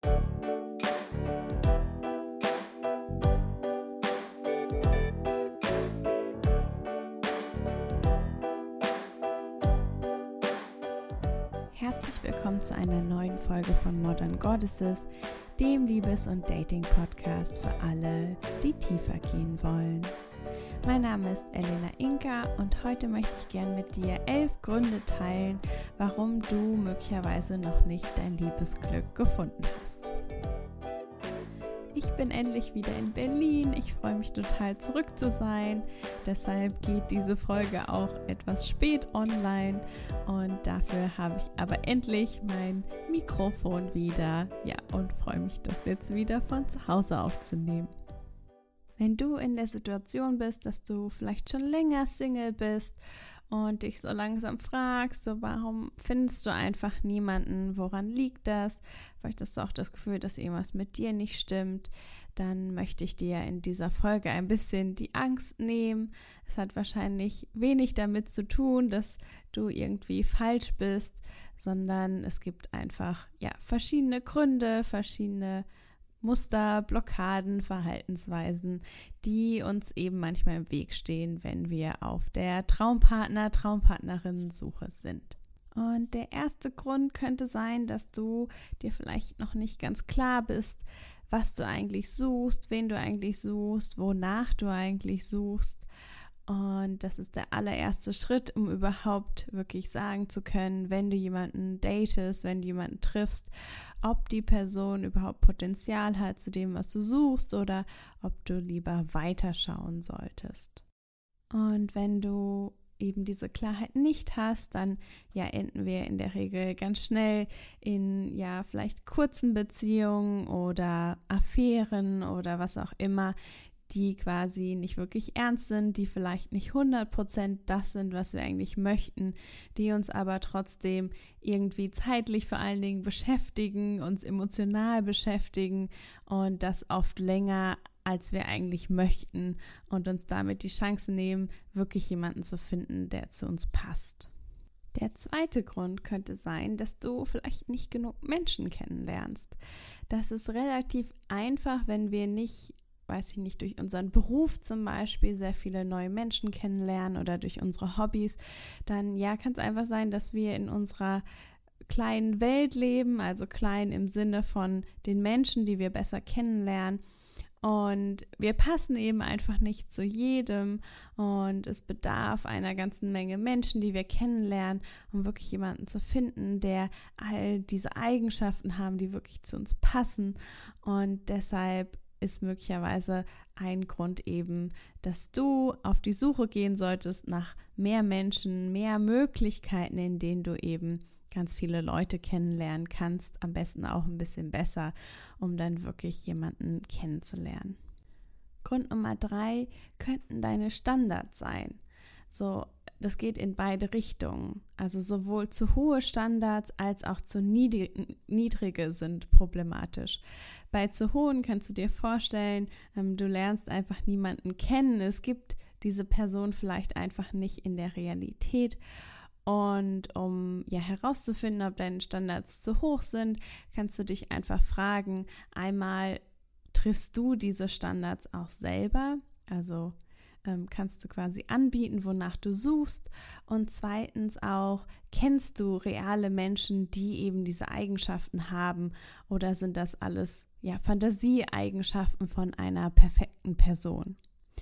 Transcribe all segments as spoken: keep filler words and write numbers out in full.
Herzlich willkommen zu einer neuen Folge von Modern Goddesses, dem Liebes- und Dating-Podcast für alle, die tiefer gehen wollen. Mein Name ist Elena Inka und heute möchte ich gern mit dir elf Gründe teilen, warum du möglicherweise noch nicht dein Liebesglück gefunden hast. Ich bin endlich wieder in Berlin. Ich freue mich total, zurück zu sein. Deshalb geht diese Folge auch etwas spät online und dafür habe ich aber endlich mein Mikrofon wieder. Ja, und freue mich, das jetzt wieder von zu Hause aufzunehmen. Wenn du in der Situation bist, dass du vielleicht schon länger Single bist und dich so langsam fragst, so warum findest du einfach niemanden, woran liegt das? Vielleicht hast du auch das Gefühl, dass irgendwas mit dir nicht stimmt, dann möchte ich dir in dieser Folge ein bisschen die Angst nehmen. Es hat wahrscheinlich wenig damit zu tun, dass du irgendwie falsch bist, sondern es gibt einfach ja verschiedene Gründe, verschiedene Muster, Blockaden, Verhaltensweisen, die uns eben manchmal im Weg stehen, wenn wir auf der Traumpartner-, Traumpartnerin-Suche sind. Und der erste Grund könnte sein, dass du dir vielleicht noch nicht ganz klar bist, was du eigentlich suchst, wen du eigentlich suchst, wonach du eigentlich suchst. Und das ist der allererste Schritt, um überhaupt wirklich sagen zu können, wenn du jemanden datest, wenn du jemanden triffst, ob die Person überhaupt Potenzial hat zu dem, was du suchst oder ob du lieber weiterschauen solltest. Und wenn du eben diese Klarheit nicht hast, dann ja enden wir in der Regel ganz schnell in ja vielleicht kurzen Beziehungen oder Affären oder was auch immer, die quasi nicht wirklich ernst sind, die vielleicht nicht hundert Prozent das sind, was wir eigentlich möchten, die uns aber trotzdem irgendwie zeitlich vor allen Dingen beschäftigen, uns emotional beschäftigen und das oft länger, als wir eigentlich möchten und uns damit die Chance nehmen, wirklich jemanden zu finden, der zu uns passt. Der zweite Grund könnte sein, dass du vielleicht nicht genug Menschen kennenlernst. Das ist relativ einfach, wenn wir nicht weiß ich nicht, durch unseren Beruf zum Beispiel sehr viele neue Menschen kennenlernen oder durch unsere Hobbys, dann ja, kann es einfach sein, dass wir in unserer kleinen Welt leben, also klein im Sinne von den Menschen, die wir besser kennenlernen. Und wir passen eben einfach nicht zu jedem und es bedarf einer ganzen Menge Menschen, die wir kennenlernen, um wirklich jemanden zu finden, der all diese Eigenschaften haben, die wirklich zu uns passen. Und deshalb ist möglicherweise ein Grund eben, dass du auf die Suche gehen solltest nach mehr Menschen, mehr Möglichkeiten, in denen du eben ganz viele Leute kennenlernen kannst, am besten auch ein bisschen besser, um dann wirklich jemanden kennenzulernen. Grund Nummer drei könnten deine Standards sein. So, das geht in beide Richtungen. Also sowohl zu hohe Standards als auch zu niedrig, niedrige sind problematisch. Bei zu hohen kannst du dir vorstellen, ähm, du lernst einfach niemanden kennen. Es gibt diese Person vielleicht einfach nicht in der Realität. Und um ja herauszufinden, ob deine Standards zu hoch sind, kannst du dich einfach fragen, einmal triffst du diese Standards auch selber? Also ähm, kannst du quasi anbieten, wonach du suchst? Und zweitens auch, kennst du reale Menschen, die eben diese Eigenschaften haben? Oder sind das alles ja Fantasieeigenschaften von einer perfekten Person?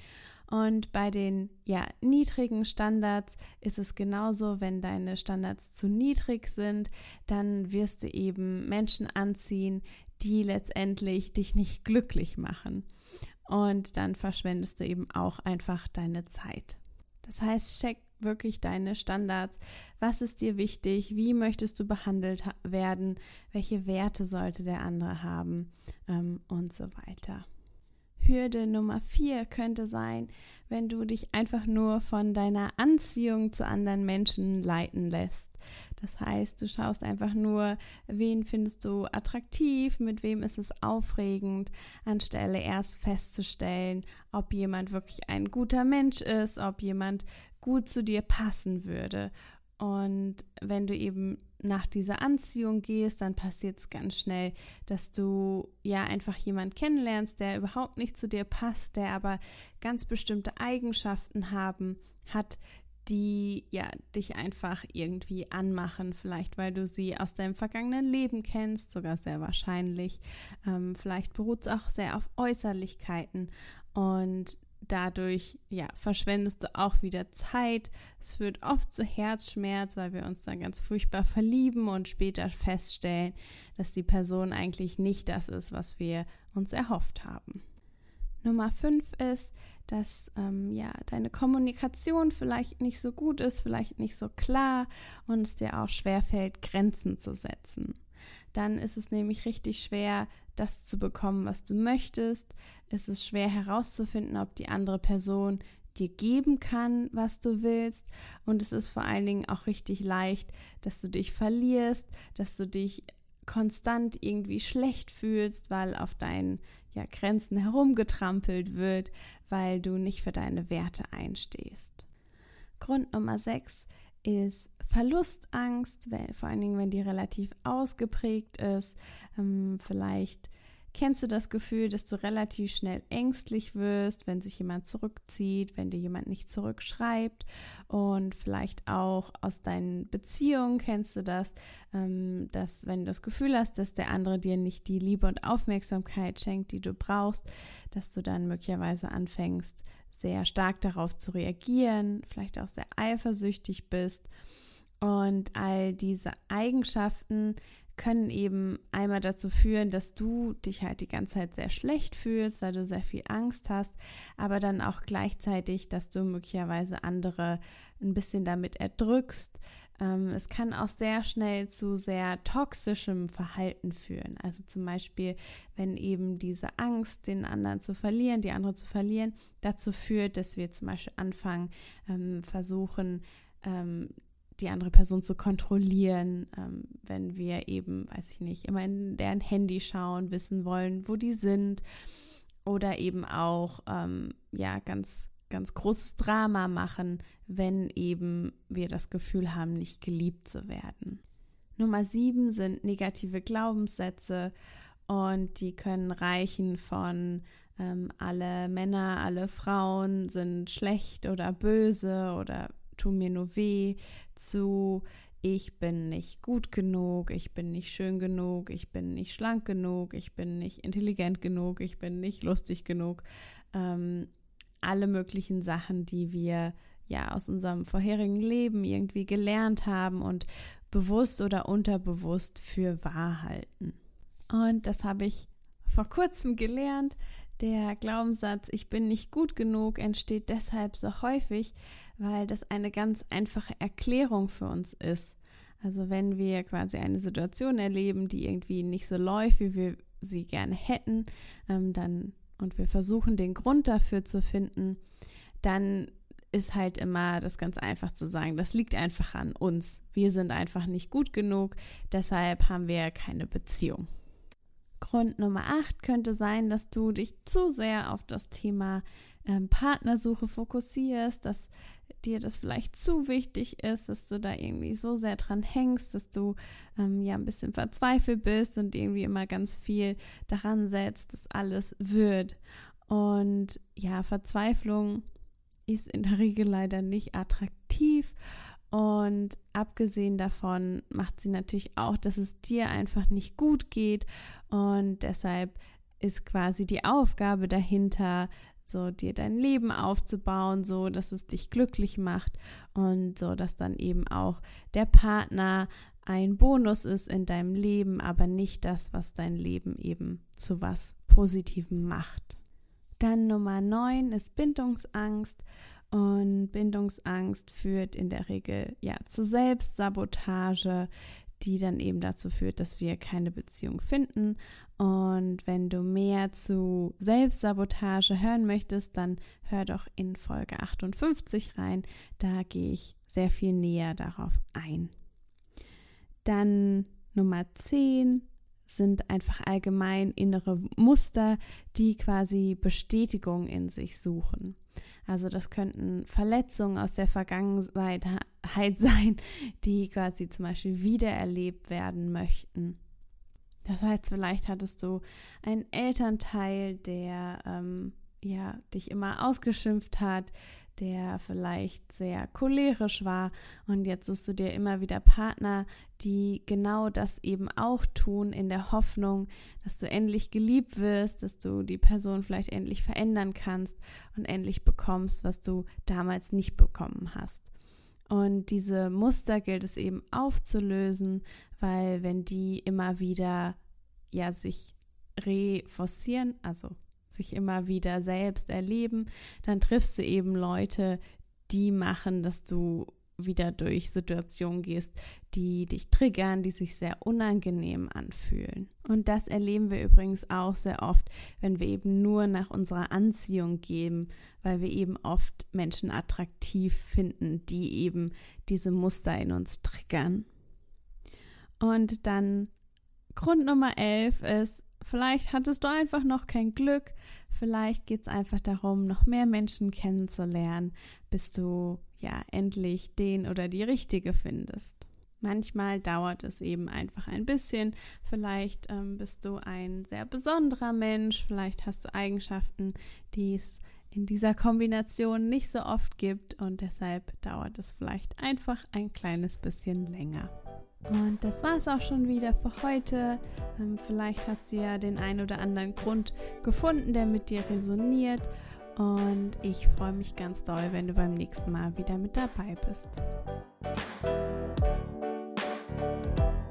Und bei den ja, niedrigen Standards ist es genauso, wenn deine Standards zu niedrig sind, dann wirst du eben Menschen anziehen, die letztendlich dich nicht glücklich machen. Und dann verschwendest du eben auch einfach deine Zeit. Das heißt, check wirklich deine Standards. Was ist dir wichtig? Wie möchtest du behandelt ha- werden? Welche Werte sollte der andere haben? Ähm, und so weiter. Hürde Nummer vier könnte sein, wenn du dich einfach nur von deiner Anziehung zu anderen Menschen leiten lässt. Das heißt, du schaust einfach nur, wen findest du attraktiv, mit wem ist es aufregend, anstelle erst festzustellen, ob jemand wirklich ein guter Mensch ist, ob jemand gut zu dir passen würde. Und wenn du eben nach dieser Anziehung gehst, dann passiert es ganz schnell, dass du ja einfach jemanden kennenlernst, der überhaupt nicht zu dir passt, der aber ganz bestimmte Eigenschaften haben, hat, die ja dich einfach irgendwie anmachen, vielleicht weil du sie aus deinem vergangenen Leben kennst, sogar sehr wahrscheinlich. Ähm, vielleicht beruht es auch sehr auf Äußerlichkeiten und dadurch ja, verschwendest du auch wieder Zeit. Es führt oft zu Herzschmerz, weil wir uns dann ganz furchtbar verlieben und später feststellen, dass die Person eigentlich nicht das ist, was wir uns erhofft haben. Nummer fünf ist, dass ähm, ja, deine Kommunikation vielleicht nicht so gut ist, vielleicht nicht so klar und es dir auch schwerfällt, Grenzen zu setzen. Dann ist es nämlich richtig schwer, das zu bekommen, was du möchtest. Es ist schwer herauszufinden, ob die andere Person dir geben kann, was du willst. Und es ist vor allen Dingen auch richtig leicht, dass du dich verlierst, dass du dich konstant irgendwie schlecht fühlst, weil auf deinen ja, Grenzen herumgetrampelt wird, weil du nicht für deine Werte einstehst. Grund Nummer sechs ist Verlustangst, weil, vor allen Dingen, wenn die relativ ausgeprägt ist. Ähm, vielleicht kennst du das Gefühl, dass du relativ schnell ängstlich wirst, wenn sich jemand zurückzieht, wenn dir jemand nicht zurückschreibt. Und vielleicht auch aus deinen Beziehungen kennst du das, ähm, dass wenn du das Gefühl hast, dass der andere dir nicht die Liebe und Aufmerksamkeit schenkt, die du brauchst, dass du dann möglicherweise anfängst, sehr stark darauf zu reagieren, vielleicht auch sehr eifersüchtig bist. Und all diese Eigenschaften können eben einmal dazu führen, dass du dich halt die ganze Zeit sehr schlecht fühlst, weil du sehr viel Angst hast, aber dann auch gleichzeitig, dass du möglicherweise andere ein bisschen damit erdrückst. Ähm, es kann auch sehr schnell zu sehr toxischem Verhalten führen. Also zum Beispiel, wenn eben diese Angst, den anderen zu verlieren, die andere zu verlieren, dazu führt, dass wir zum Beispiel anfangen, ähm, versuchen, ähm, die andere Person zu kontrollieren, ähm, wenn wir eben, weiß ich nicht, immer in deren Handy schauen, wissen wollen, wo die sind oder eben auch, ähm, ja, ganz, ganz großes Drama machen, wenn eben wir das Gefühl haben, nicht geliebt zu werden. Nummer sieben sind negative Glaubenssätze und die können reichen von ähm, alle Männer, alle Frauen sind schlecht oder böse oder tun mir nur weh, zu ich bin nicht gut genug, ich bin nicht schön genug, ich bin nicht schlank genug, ich bin nicht intelligent genug, ich bin nicht lustig genug. Ähm, alle möglichen Sachen, die wir ja aus unserem vorherigen Leben irgendwie gelernt haben und bewusst oder unterbewusst für wahr halten. Und das habe ich vor kurzem gelernt. Der Glaubenssatz, ich bin nicht gut genug, entsteht deshalb so häufig, weil das eine ganz einfache Erklärung für uns ist. Also wenn wir quasi eine Situation erleben, die irgendwie nicht so läuft, wie wir sie gerne hätten, ähm, dann und wir versuchen, den Grund dafür zu finden, dann ist halt immer das ganz einfach zu sagen, das liegt einfach an uns. Wir sind einfach nicht gut genug, deshalb haben wir keine Beziehung. Grund Nummer acht könnte sein, dass du dich zu sehr auf das Thema ähm, Partnersuche fokussierst, dass dir das vielleicht zu wichtig ist, dass du da irgendwie so sehr dran hängst, dass du ähm, ja ein bisschen verzweifelt bist und irgendwie immer ganz viel daran setzt, dass alles wird. Und ja, Verzweiflung ist in der Regel leider nicht attraktiv. Und abgesehen davon macht sie natürlich auch, dass es dir einfach nicht gut geht. Und deshalb ist quasi die Aufgabe dahinter, so dir dein Leben aufzubauen, so dass es dich glücklich macht und so, dass dann eben auch der Partner ein Bonus ist in deinem Leben, aber nicht das, was dein Leben eben zu was Positivem macht. Dann Nummer neun ist Bindungsangst. Und Bindungsangst führt in der Regel ja zu Selbstsabotage, die dann eben dazu führt, dass wir keine Beziehung finden. Und wenn du mehr zu Selbstsabotage hören möchtest, dann hör doch in Folge achtundfünfzig rein. Da gehe ich sehr viel näher darauf ein. Dann Nummer zehn sind einfach allgemein innere Muster, die quasi Bestätigung in sich suchen. Also das könnten Verletzungen aus der Vergangenheit, sein, die quasi zum Beispiel wiedererlebt werden möchten. Das heißt, vielleicht hattest du einen Elternteil, der ähm, ja, dich immer ausgeschimpft hat, der vielleicht sehr cholerisch war, und jetzt suchst du dir immer wieder Partner, die genau das eben auch tun, in der Hoffnung, dass du endlich geliebt wirst, dass du die Person vielleicht endlich verändern kannst und endlich bekommst, was du damals nicht bekommen hast. Und diese Muster gilt es eben aufzulösen, weil wenn die immer wieder ja sich reforcieren, also sich immer wieder selbst erleben, dann triffst du eben Leute, die machen, dass du wieder durch Situationen gehst, die dich triggern, die sich sehr unangenehm anfühlen. Und das erleben wir übrigens auch sehr oft, wenn wir eben nur nach unserer Anziehung gehen, weil wir eben oft Menschen attraktiv finden, die eben diese Muster in uns triggern. Und dann Grund Nummer elf ist, vielleicht hattest du einfach noch kein Glück, vielleicht geht es einfach darum, noch mehr Menschen kennenzulernen, bis du ja endlich den oder die Richtige findest. Manchmal dauert es eben einfach ein bisschen, vielleicht ähm, bist du ein sehr besonderer Mensch, vielleicht hast du Eigenschaften, die es in dieser Kombination nicht so oft gibt, und deshalb dauert es vielleicht einfach ein kleines bisschen länger. Und das war es auch schon wieder für heute. Ähm, vielleicht hast du ja den einen oder anderen Grund gefunden, der mit dir resoniert. Und ich freue mich ganz doll, wenn du beim nächsten Mal wieder mit dabei bist.